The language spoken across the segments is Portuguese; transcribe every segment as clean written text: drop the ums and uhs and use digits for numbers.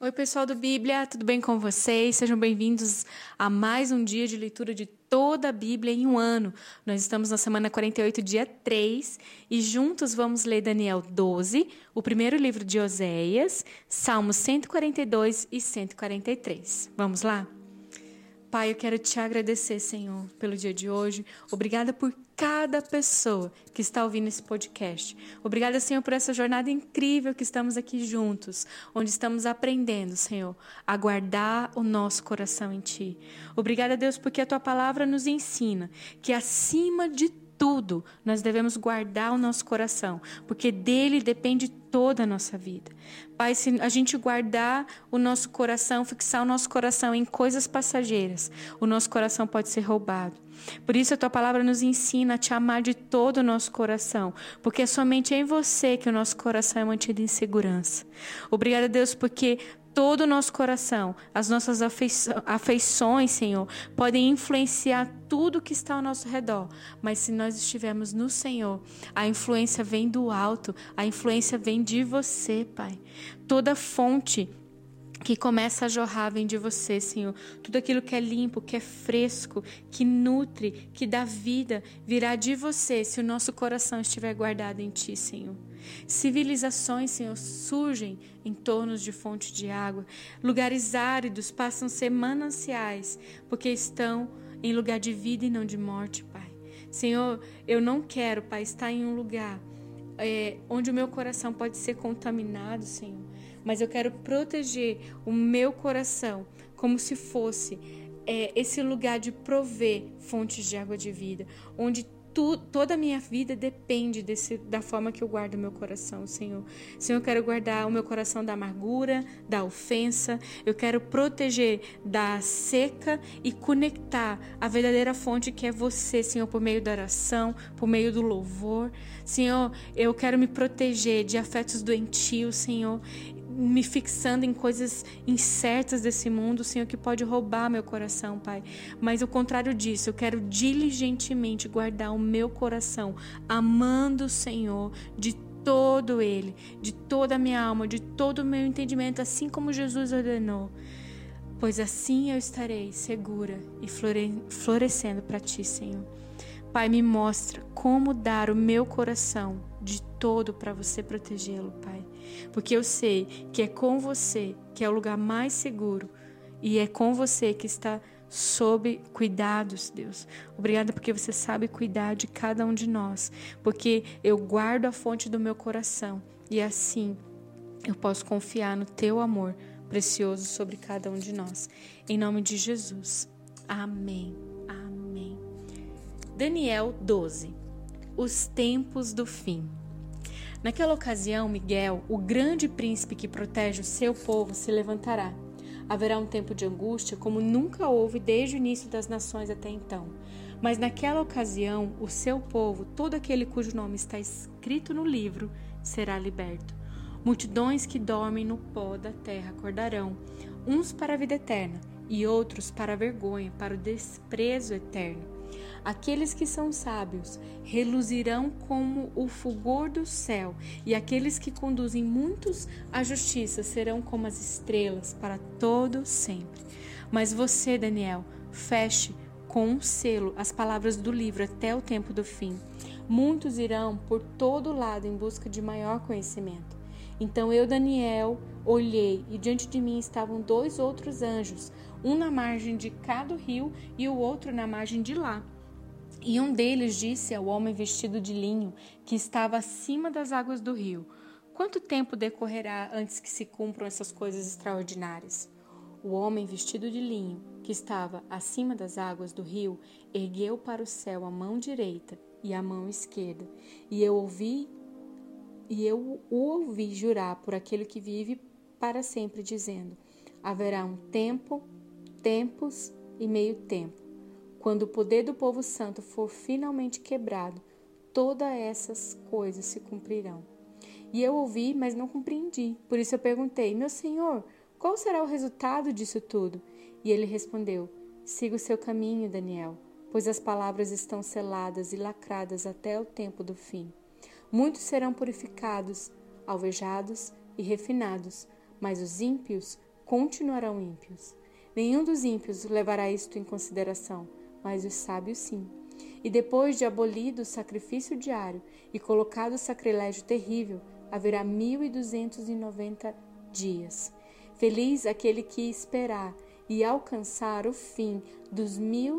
Oi, pessoal do Bíblia, tudo bem com vocês? Sejam bem-vindos a mais um dia de leitura de toda a Bíblia em um ano. Nós estamos na semana 48, dia 3, e juntos vamos ler Daniel 12, o primeiro livro de Oséias, Salmos 142 e 143. Vamos lá? Pai, eu quero te agradecer, Senhor, pelo dia de hoje. Obrigada por cada pessoa que está ouvindo esse podcast. Obrigada, Senhor, por essa jornada incrível que estamos aqui juntos, onde estamos aprendendo, Senhor, a guardar o nosso coração em Ti. Obrigada, Deus, porque a Tua palavra nos ensina que acima de tudo nós devemos guardar o nosso coração, porque dele depende toda a nossa vida. Pai, se a gente guardar o nosso coração, fixar o nosso coração em coisas passageiras, o nosso coração pode ser roubado. Por isso a Tua palavra nos ensina a Te amar de todo o nosso coração, porque é somente em Você que o nosso coração é mantido em segurança. Obrigada, Deus, porque todo o nosso coração, as nossas afeições, Senhor, podem influenciar tudo que está ao nosso redor. Mas se nós estivermos no Senhor, a influência vem do alto, a influência vem de Você, Pai. Toda fonte que começa a jorrar vem de Você, Senhor. Tudo aquilo que é limpo, que é fresco, que nutre, que dá vida, virá de Você se o nosso coração estiver guardado em Ti, Senhor. Civilizações, Senhor, surgem em torno de fontes de água. Lugares áridos passam a ser mananciais, porque estão em lugar de vida e não de morte, Pai. Senhor, eu não quero, Pai, estar em um lugar onde o meu coração pode ser contaminado, Senhor. Mas eu quero proteger o meu coração como se fosse esse lugar de prover fontes de água de vida, onde toda a minha vida depende da forma que eu guardo o meu coração, Senhor. Senhor, eu quero guardar o meu coração da amargura, da ofensa. Eu quero proteger da seca e conectar a verdadeira fonte que é Você, Senhor, por meio da oração, por meio do louvor. Senhor, eu quero me proteger de afetos doentios, Senhor, me fixando em coisas incertas desse mundo, Senhor, que pode roubar meu coração, Pai. Mas ao contrário disso, eu quero diligentemente guardar o meu coração, amando o Senhor de todo Ele, de toda a minha alma, de todo o meu entendimento, assim como Jesus ordenou. Pois assim eu estarei segura e florescendo para Ti, Senhor. Pai, me mostra como dar o meu coração de todo para Você protegê-lo, Pai. Porque eu sei que é com Você que é o lugar mais seguro e é com Você que está sob cuidados, Deus. Obrigada porque Você sabe cuidar de cada um de nós, porque eu guardo a fonte do meu coração e assim eu posso confiar no Teu amor precioso sobre cada um de nós. Em nome de Jesus. Amém. Amém. Daniel 12. Os tempos do fim. Naquela ocasião, Miguel, o grande príncipe que protege o seu povo, se levantará. Haverá um tempo de angústia como nunca houve desde o início das nações até então. Mas naquela ocasião, o seu povo, todo aquele cujo nome está escrito no livro, será liberto. Multidões que dormem no pó da terra acordarão, uns para a vida eterna e outros para a vergonha, para o desprezo eterno. Aqueles que são sábios reluzirão como o fulgor do céu, e aqueles que conduzem muitos à justiça serão como as estrelas para todo sempre. Mas você, Daniel, feche com um selo as palavras do livro até o tempo do fim. Muitos irão por todo lado em busca de maior conhecimento. Então eu, Daniel, olhei, e diante de mim estavam 2 outros anjos, um na margem de cá do rio e o outro na margem de lá. E um deles disse ao homem vestido de linho, que estava acima das águas do rio: quanto tempo decorrerá antes que se cumpram essas coisas extraordinárias? O homem vestido de linho, que estava acima das águas do rio, ergueu para o céu a mão direita e a mão esquerda, e eu o ouvi jurar por aquele que vive para sempre, dizendo: haverá um tempo, tempos e meio tempo. Quando o poder do povo santo for finalmente quebrado, todas essas coisas se cumprirão. E eu ouvi, mas não compreendi. Por isso eu perguntei: meu Senhor, qual será o resultado disso tudo? E ele respondeu: siga o seu caminho, Daniel, pois as palavras estão seladas e lacradas até o tempo do fim. Muitos serão purificados, alvejados e refinados, mas os ímpios continuarão ímpios. Nenhum dos ímpios levará isto em consideração, mas os sábios sim. E depois de abolido o sacrifício diário e colocado o sacrilégio terrível, haverá 1290 dias. Feliz aquele que esperar e alcançar o fim dos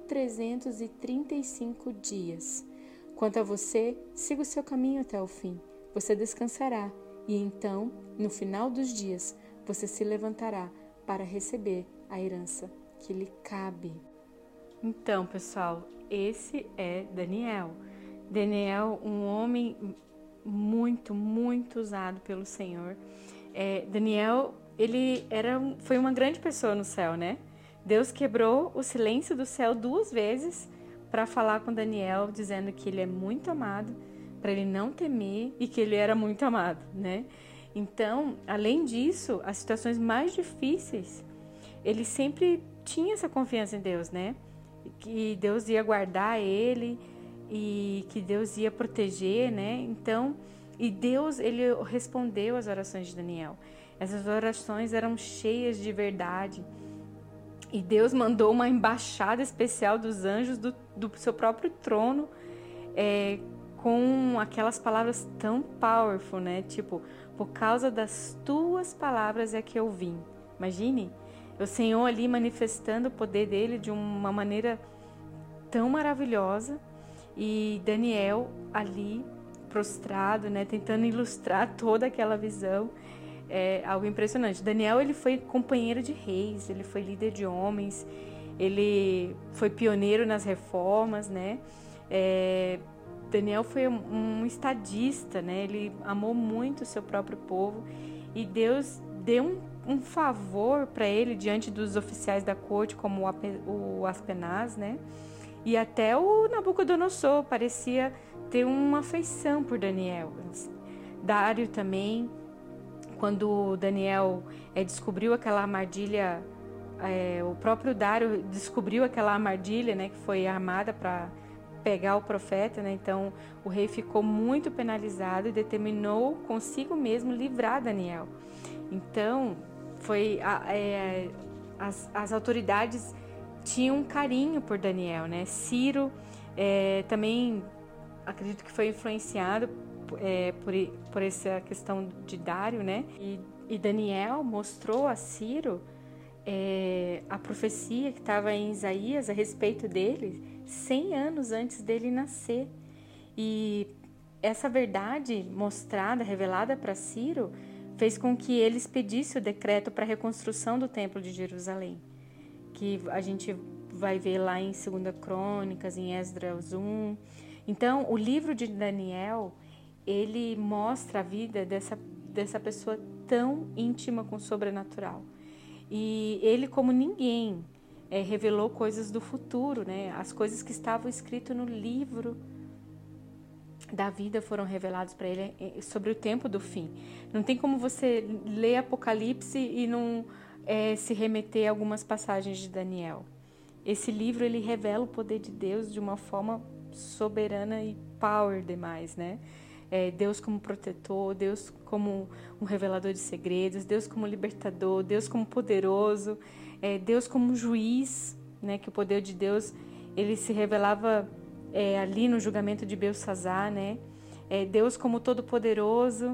1335 dias. Quanto a você, siga o seu caminho até o fim. Você descansará e então, no final dos dias, você se levantará para receber a herança que lhe cabe. Então, pessoal, esse é Daniel. Daniel, um homem muito, muito usado pelo Senhor. Daniel, ele foi uma grande pessoa no céu, né? Deus quebrou o silêncio do céu 2 vezes para falar com Daniel, dizendo que ele é muito amado, para ele não temer e que ele era muito amado, né? Então, além disso, as situações mais difíceis, ele sempre tinha essa confiança em Deus, né? Que Deus ia guardar ele e que Deus ia proteger, né? Então, e Deus, ele respondeu às orações de Daniel. Essas orações eram cheias de verdade. E Deus mandou uma embaixada especial dos anjos do seu próprio trono, com aquelas palavras tão powerful, né? Tipo, por causa das tuas palavras é que eu vim. Imagine, o Senhor ali manifestando o poder dele de uma maneira tão maravilhosa. E Daniel ali prostrado, né? Tentando ilustrar toda aquela visão. É algo impressionante. Daniel, ele foi companheiro de reis, ele foi líder de homens, ele foi pioneiro nas reformas, né? Daniel foi um estadista, né? Ele amou muito o seu próprio povo e Deus deu um favor para ele diante dos oficiais da corte, como o Aspenaz, né? E até o Nabucodonosor parecia ter uma afeição por Daniel. Dário também. Quando Daniel descobriu aquela armadilha, o próprio Dário descobriu aquela armadilha, né, que foi armada para pegar o profeta, né? Então o rei ficou muito penalizado e determinou consigo mesmo livrar Daniel. Então as autoridades tinham um carinho por Daniel, né? Ciro também acredito que foi influenciado por essa questão de Dário, né? E Daniel mostrou a Ciro a profecia que estava em Isaías a respeito dele 100 anos antes dele nascer. E essa verdade mostrada, revelada para Ciro, fez com que ele expedisse o decreto para a reconstrução do Templo de Jerusalém, que a gente vai ver lá em 2 Crônicas, em Esdras 1. Então, o livro de Daniel, ele mostra a vida dessa pessoa tão íntima com o sobrenatural. E ele, como ninguém, revelou coisas do futuro, né? As coisas que estavam escritas no livro da vida foram reveladas para ele sobre o tempo do fim. Não tem como você ler Apocalipse e não se remeter a algumas passagens de Daniel. Esse livro, ele revela o poder de Deus de uma forma soberana e power demais, né? Deus como protetor, Deus como um revelador de segredos, Deus como libertador, Deus como poderoso, Deus como juiz, né? Que o poder de Deus, ele se revelava ali no julgamento de Belsassar, né? Deus como todo-poderoso.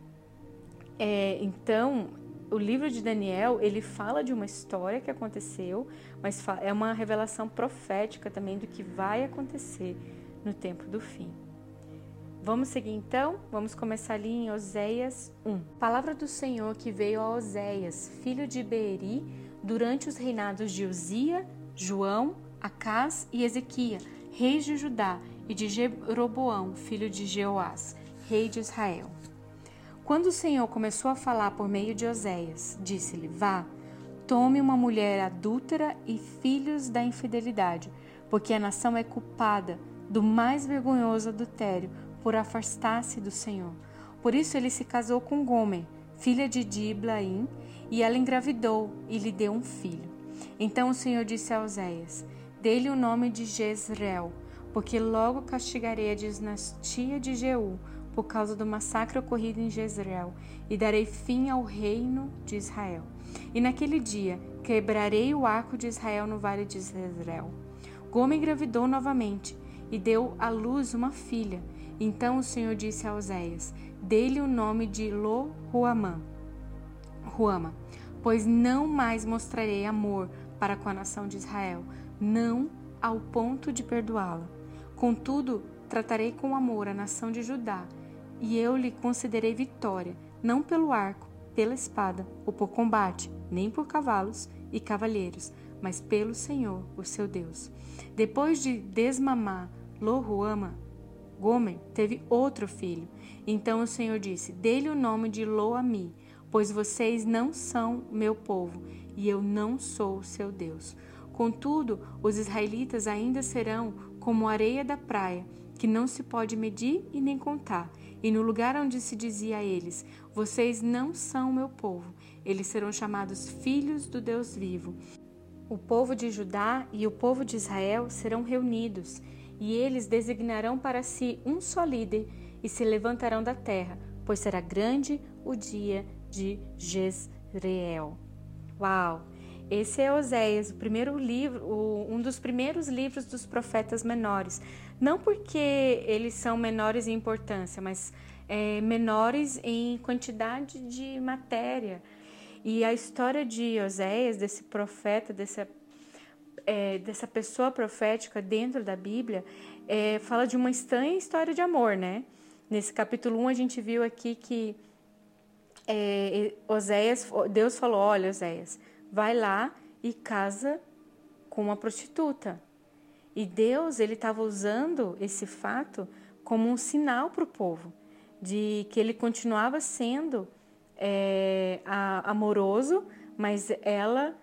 Então, o livro de Daniel, ele fala de uma história que aconteceu, mas é uma revelação profética também do que vai acontecer no tempo do fim. Vamos seguir então? Vamos começar ali em Oséias 1. Palavra do Senhor que veio a Oséias, filho de Beeri, durante os reinados de Uzia, João, Acás e Ezequia, reis de Judá, e de Jeroboão, filho de Jeoás, rei de Israel. Quando o Senhor começou a falar por meio de Oséias, disse-lhe: Vá, tome uma mulher adúltera e filhos da infidelidade, porque a nação é culpada do mais vergonhoso adultério por afastar-se do Senhor. Por isso ele se casou com Gomer, filha de Diblaim, e ela engravidou e lhe deu um filho. Então o Senhor disse a Oséias: Dê-lhe o nome de Jezreel, porque logo castigarei a dinastia de Jeú por causa do massacre ocorrido em Jezreel, e darei fim ao reino de Israel. E naquele dia quebrarei o arco de Israel no vale de Jezreel. Gomer engravidou novamente e deu à luz uma filha. Então o Senhor disse a Oséias: dê-lhe o nome de Lo-Ruama, pois não mais mostrarei amor para com a nação de Israel, não ao ponto de perdoá-la. Contudo, tratarei com amor a nação de Judá, e eu lhe concederei vitória, não pelo arco, pela espada, ou por combate, nem por cavalos e cavalheiros, mas pelo Senhor, o seu Deus. Depois de desmamar Lo-Ruama, Gomer teve outro filho. Então o Senhor disse: dê-lhe o nome de Lo-Ami, pois vocês não são meu povo, e eu não sou o seu Deus. Contudo, os israelitas ainda serão como a areia da praia, que não se pode medir e nem contar. E no lugar onde se dizia a eles: vocês não são meu povo, eles serão chamados filhos do Deus vivo. O povo de Judá e o povo de Israel serão reunidos, e eles designarão para si um só líder e se levantarão da terra, pois será grande o dia de Jezreel. Uau! Esse é Oséias, o primeiro livro, um dos primeiros livros dos profetas menores. Não porque eles são menores em importância, mas menores em quantidade de matéria. E a história de Oséias, desse profeta, dessa pessoa profética dentro da Bíblia, fala de uma estranha história de amor, né? Nesse capítulo 1 a gente viu aqui que Oséias, Deus falou: olha, Oséias, vai lá e casa com uma prostituta. E Deus, ele estava usando esse fato como um sinal para o povo, de que ele continuava sendo amoroso, mas ela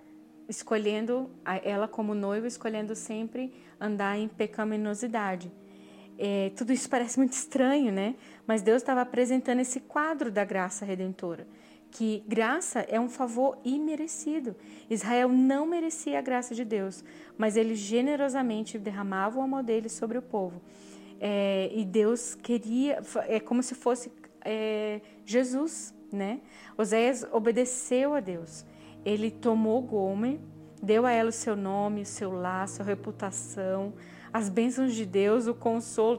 como noiva, escolhendo sempre andar em pecaminosidade. Tudo isso parece muito estranho, né? Mas Deus estava apresentando esse quadro da graça redentora, que graça é um favor imerecido. Israel não merecia a graça de Deus, mas ele generosamente derramava o amor dele sobre o povo. E Deus queria, como se fosse Jesus, né? Oséias obedeceu a Deus. Ele tomou Gomer, deu a ela o seu nome, o seu lar, sua reputação, as bênçãos de Deus, o consolo,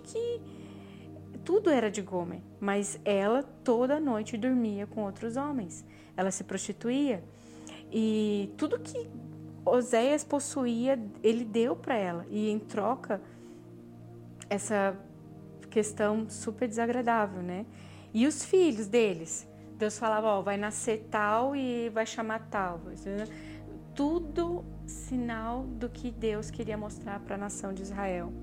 tudo era de Gomer, mas ela toda noite dormia com outros homens. Ela se prostituía e tudo que Oséias possuía, ele deu para ela. E em troca, essa questão super desagradável, né? E os filhos deles? Deus falava: vai nascer tal e vai chamar tal. Tudo sinal do que Deus queria mostrar para a nação de Israel.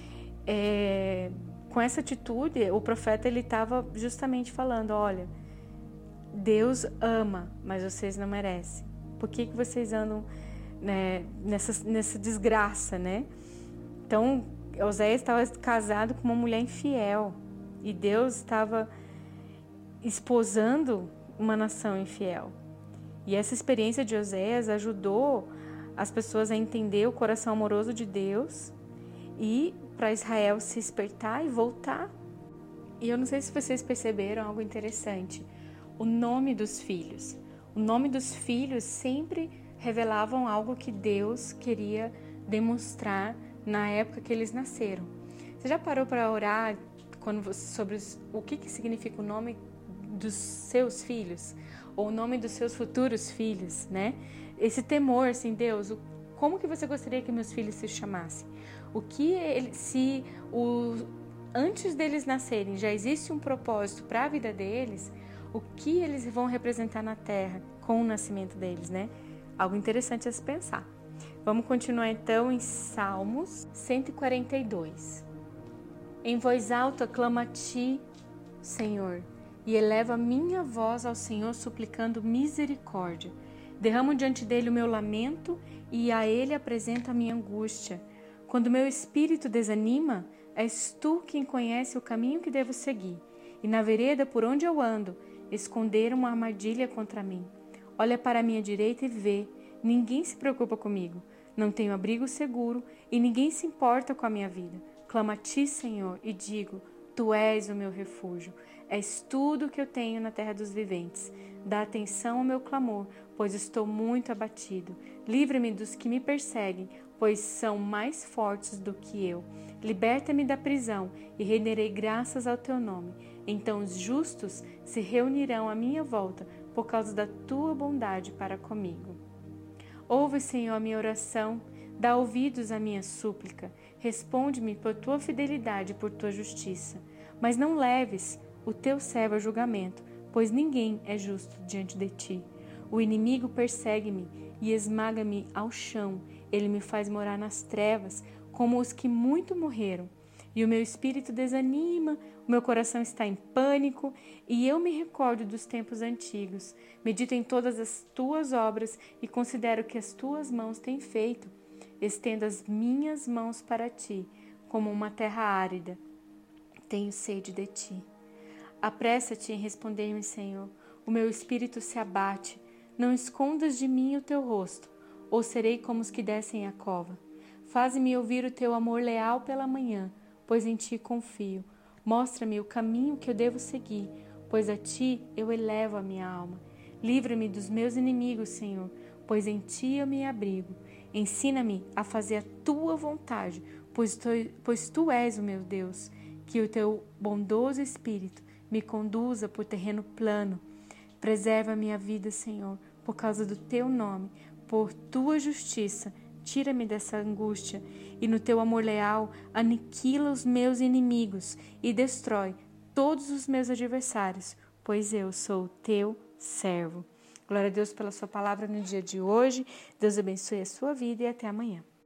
Com essa atitude, o profeta ele estava justamente falando: olha, Deus ama, mas vocês não merecem. Por que vocês andam, né, nessa desgraça, né? Então, Oséias estava casado com uma mulher infiel e Deus estava esposando uma nação infiel. E essa experiência de Oséias ajudou as pessoas a entender o coração amoroso de Deus e para Israel se despertar e voltar. E eu não sei se vocês perceberam algo interessante. O nome dos filhos. O nome dos filhos sempre revelavam algo que Deus queria demonstrar na época que eles nasceram. Você já parou para orar sobre o que significa o nome dos seus filhos? Ou o nome dos seus futuros filhos, né? Esse temor, assim, Deus, como que você gostaria que meus filhos se chamassem? Antes deles nascerem, já existe um propósito para a vida deles, o que eles vão representar na Terra com o nascimento deles, né? Algo interessante a se pensar. Vamos continuar então em Salmos 142. Em voz alta clama a ti, Senhor, e eleva minha voz ao Senhor suplicando misericórdia. Derramo diante dele o meu lamento e a ele apresento a minha angústia. Quando meu espírito desanima, és tu quem conhece o caminho que devo seguir. E na vereda por onde eu ando, esconderam uma armadilha contra mim. Olha para a minha direita e vê, ninguém se preocupa comigo. Não tenho abrigo seguro e ninguém se importa com a minha vida. Clamo a ti, Senhor, e digo, Tu és o meu refúgio, és tudo que eu tenho na terra dos viventes. Dá atenção ao meu clamor, pois estou muito abatido. Livra-me dos que me perseguem, pois são mais fortes do que eu. Liberta-me da prisão e renderei graças ao teu nome. Então os justos se reunirão à minha volta por causa da tua bondade para comigo. Ouve, Senhor, a minha oração, dá ouvidos à minha súplica. Responde-me por tua fidelidade e por tua justiça. Mas não leves o teu servo a julgamento, pois ninguém é justo diante de ti. O inimigo persegue-me e esmaga-me ao chão. Ele me faz morar nas trevas, como os que muito morreram. E o meu espírito desanima, o meu coração está em pânico, e eu me recordo dos tempos antigos. Medito em todas as tuas obras e considero que as tuas mãos têm feito. Estendo as minhas mãos para ti, como uma terra árida. Tenho sede de ti. Apressa-te em responder-me, Senhor. O meu espírito se abate. Não escondas de mim o teu rosto, ou serei como os que descem a cova. Faze-me ouvir o teu amor leal pela manhã, pois em ti confio. Mostra-me o caminho que eu devo seguir, pois a ti eu elevo a minha alma. Livra-me dos meus inimigos, Senhor, pois em ti eu me abrigo. Ensina-me a fazer a tua vontade, pois tu és o meu Deus. Que o teu bondoso Espírito me conduza por terreno plano. Preserva a minha vida, Senhor, por causa do teu nome, por tua justiça. Tira-me dessa angústia e no teu amor leal aniquila os meus inimigos e destrói todos os meus adversários, pois eu sou o teu servo. Glória a Deus pela sua palavra no dia de hoje. Deus abençoe a sua vida e até amanhã.